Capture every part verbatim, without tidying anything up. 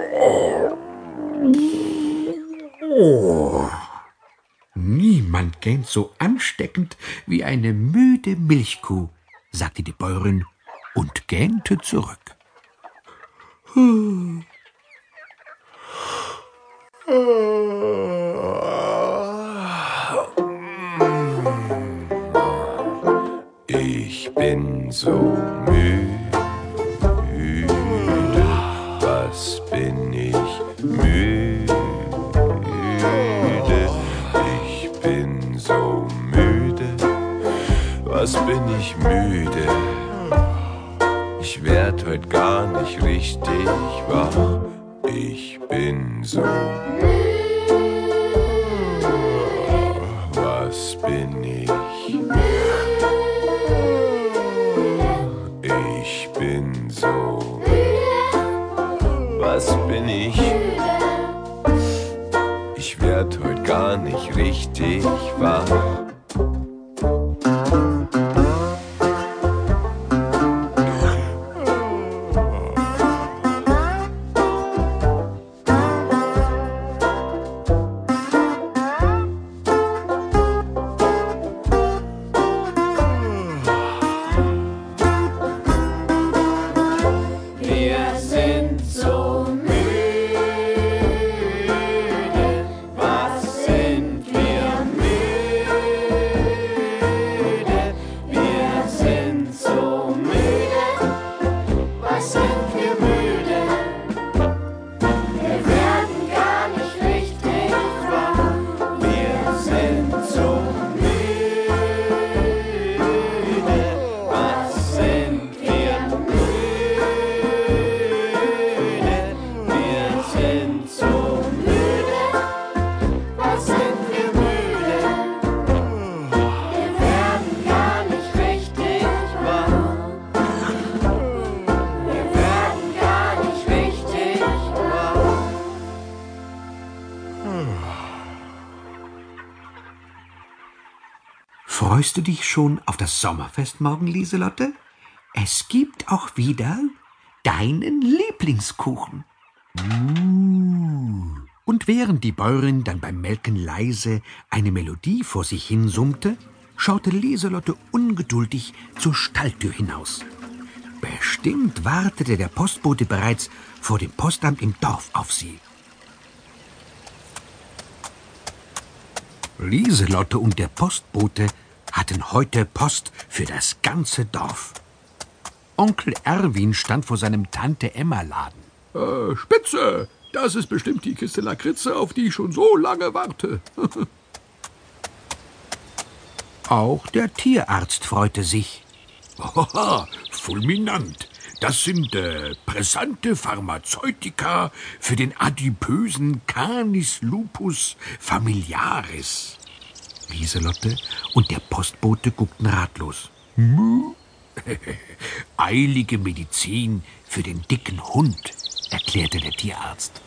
Oh. Niemand gähnt so ansteckend wie eine müde Milchkuh, sagte die Bäuerin und gähnte zurück. Ich bin so müde, was bin ich müde, ich bin so müde, was bin ich müde, ich werd heut gar nicht richtig wach, ich bin so müde, was bin ich? Ich bin so müde. Was bin ich? Ich werd heut gar nicht richtig wach. Freust du dich schon auf das Sommerfest morgen, Lieselotte? Es gibt auch wieder deinen Lieblingskuchen. Uh. Und während die Bäuerin dann beim Melken leise eine Melodie vor sich hin summte, schaute Lieselotte ungeduldig zur Stalltür hinaus. Bestimmt wartete der Postbote bereits vor dem Postamt im Dorf auf sie. Lieselotte und der Postbote hatten heute Post für das ganze Dorf. Onkel Erwin stand vor seinem Tante-Emma-Laden. Äh, Spitze! Das ist bestimmt die Kiste Lakritze, auf die ich schon so lange warte. Auch der Tierarzt freute sich. Haha, fulminant. Das sind äh, brisante Pharmazeutika für den adipösen Canis lupus familiaris. Lieselotte und der Postbote guckten ratlos. Hm? Eilige Medizin für den dicken Hund, erklärte der Tierarzt.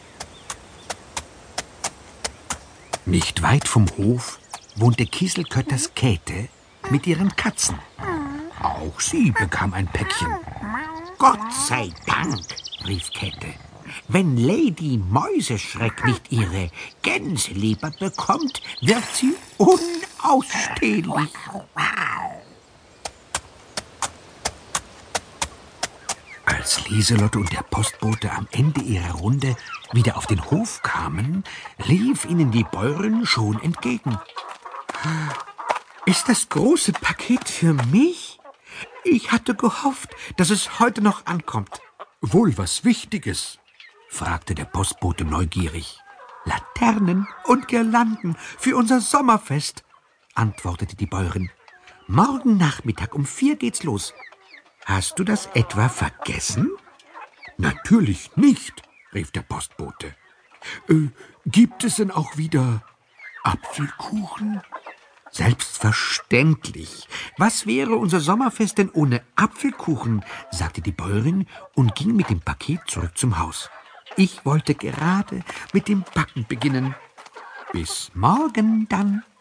Nicht weit vom Hof wohnte Kieselkötters Käthe mit ihren Katzen. Auch sie bekam ein Päckchen. »Gott sei Dank«, rief Käthe. »Wenn Lady Mäuseschreck nicht ihre Gänseleber bekommt, wird sie unausstehlich.« Als Lieselotte und der Postbote am Ende ihrer Runde wieder auf den Hof kamen, lief ihnen die Bäuerin schon entgegen. »Ist das große Paket für mich? Ich hatte gehofft, dass es heute noch ankommt.« »Wohl was Wichtiges?« fragte der Postbote neugierig. »Laternen und Girlanden für unser Sommerfest«, antwortete die Bäuerin. »Morgen Nachmittag um vier geht's los. Hast du das etwa vergessen?« »Natürlich nicht«, rief der Postbote. Äh, »gibt es denn auch wieder Apfelkuchen?« »Selbstverständlich. Was wäre unser Sommerfest denn ohne Apfelkuchen?«, sagte die Bäuerin und ging mit dem Paket zurück zum Haus. »Ich wollte gerade mit dem Backen beginnen. Bis morgen dann.«